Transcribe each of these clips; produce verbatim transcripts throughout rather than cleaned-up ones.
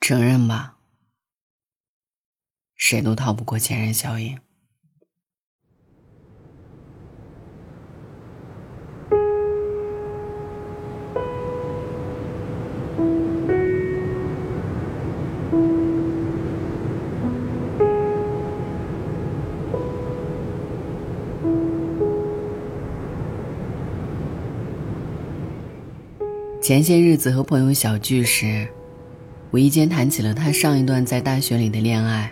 承认吧，谁都逃不过前任效应。前些日子和朋友小聚时，无意间谈起了他上一段在大学里的恋爱。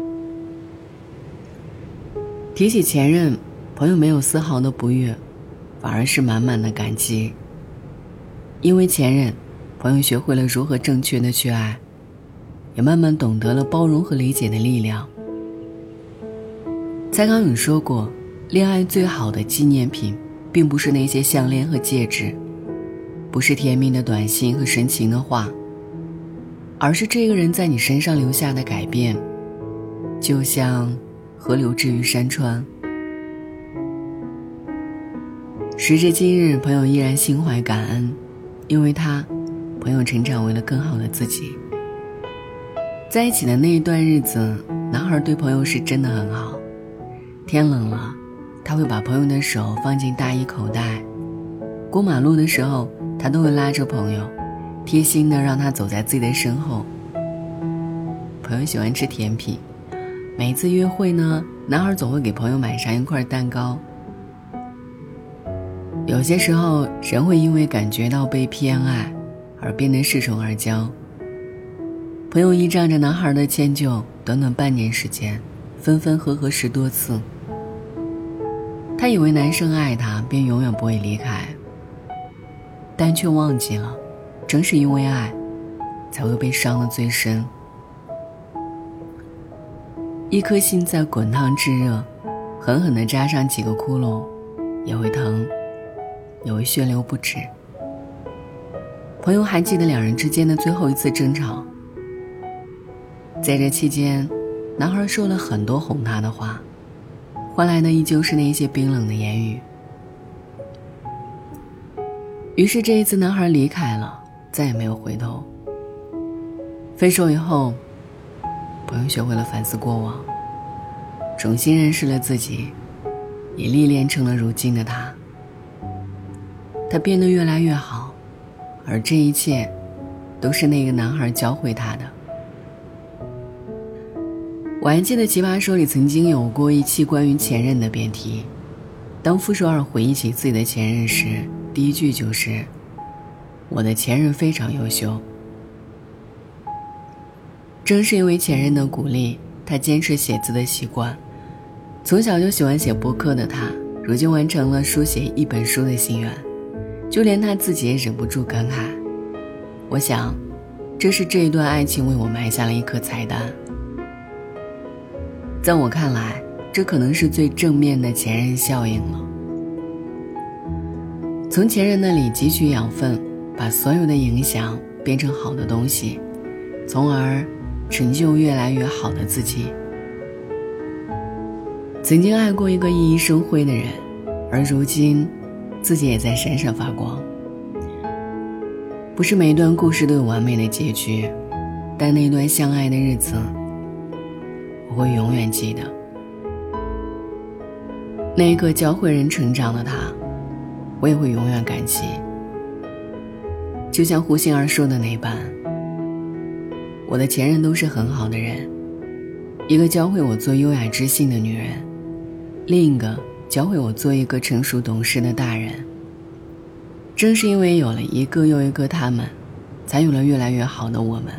提起前任，朋友没有丝毫的不悦，反而是满满的感激。因为前任，朋友学会了如何正确的去爱，也慢慢懂得了包容和理解的力量。蔡康永说过，恋爱最好的纪念品并不是那些项链和戒指，不是甜蜜的短信和深情的话，而是这个人在你身上留下的改变，就像河流治愈山川。时至今日，朋友依然心怀感恩，因为他，朋友成长为了更好的自己。在一起的那一段日子，男孩对朋友是真的很好。天冷了，他会把朋友的手放进大衣口袋，过马路的时候他都会拉着朋友，贴心的让他走在自己的身后。朋友喜欢吃甜品，每一次约会呢，男孩总会给朋友买上一块蛋糕。有些时候，人会因为感觉到被偏爱而变得恃宠而骄。朋友依仗着男孩的迁就，短短半年时间，分分合合十多次。他以为男生爱他，便永远不会离开，但却忘记了，正是因为爱，才会被伤得最深。一颗心在滚烫炙热，狠狠地扎上几个窟窿，也会疼，也会血流不止。朋友还记得两人之间的最后一次争吵，在这期间，男孩说了很多哄她的话，换来的依旧是那些冰冷的言语。于是这一次男孩离开了，再也没有回头。分手以后，朋友学会了反思过往，重新认识了自己，也历练成了如今的他。他变得越来越好，而这一切都是那个男孩教会他的。我还记得奇葩说里曾经有过一期关于前任的辩题，当傅首尔回忆起自己的前任时，第一句就是我的前任非常优秀。正是因为前任的鼓励，他坚持写字的习惯。从小就喜欢写播客的他，如今完成了书写一本书的心愿，就连他自己也忍不住感慨，我想这是这一段爱情为我埋下了一颗彩蛋。在我看来，这可能是最正面的前任效应了。从前任那里汲取养分，把所有的影响变成好的东西，从而成就越来越好的自己。曾经爱过一个熠熠生辉的人，而如今自己也在闪闪发光。不是每一段故事都有完美的结局，但那段相爱的日子我会永远记得。那一个教会人成长的他，我也会永远感激。就像胡杏儿说的那般，我的前任都是很好的人，一个教会我做优雅知性的女人，另一个教会我做一个成熟懂事的大人。正是因为有了一个又一个他们，才有了越来越好的我们。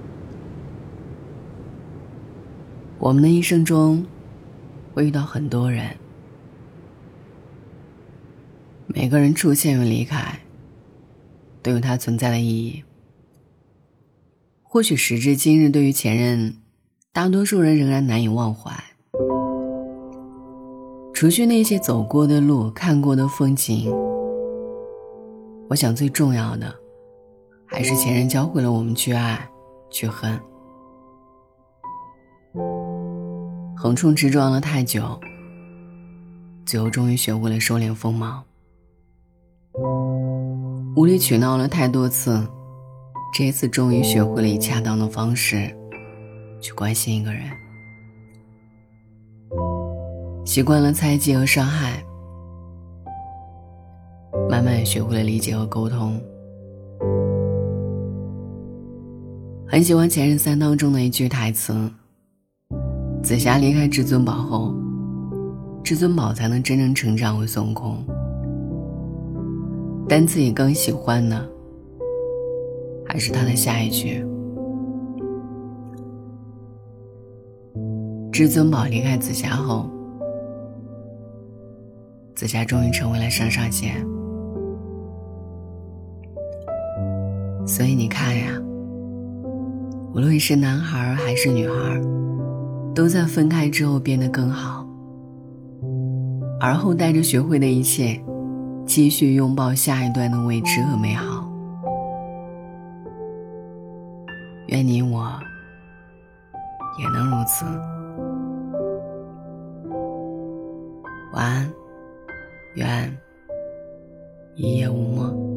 我们的一生中会遇到很多人，每个人出现与离开都有它存在的意义。或许时至今日，对于前任，大多数人仍然难以忘怀。除去那些走过的路，看过的风景，我想最重要的还是前任教会了我们去爱，去恨。横冲直撞了太久，最后终于学会了收敛锋芒。无理取闹了太多次， 这一次终于学会了以恰当的方式去关心一个人，习惯了猜忌和伤害，慢慢也学会了理解和沟通。很喜欢《前任三》当中的一句台词，紫霞离开至尊宝后，至尊宝才能真正成长为孙悟空，但自己更喜欢的还是他的下一句，至尊宝离开紫霞后，紫霞终于成为了上上仙。所以你看呀，无论是男孩还是女孩，都在分开之后变得更好，而后带着学会的一切，继续拥抱下一段的未知和美好。愿你我也能如此。晚安，愿一夜无梦。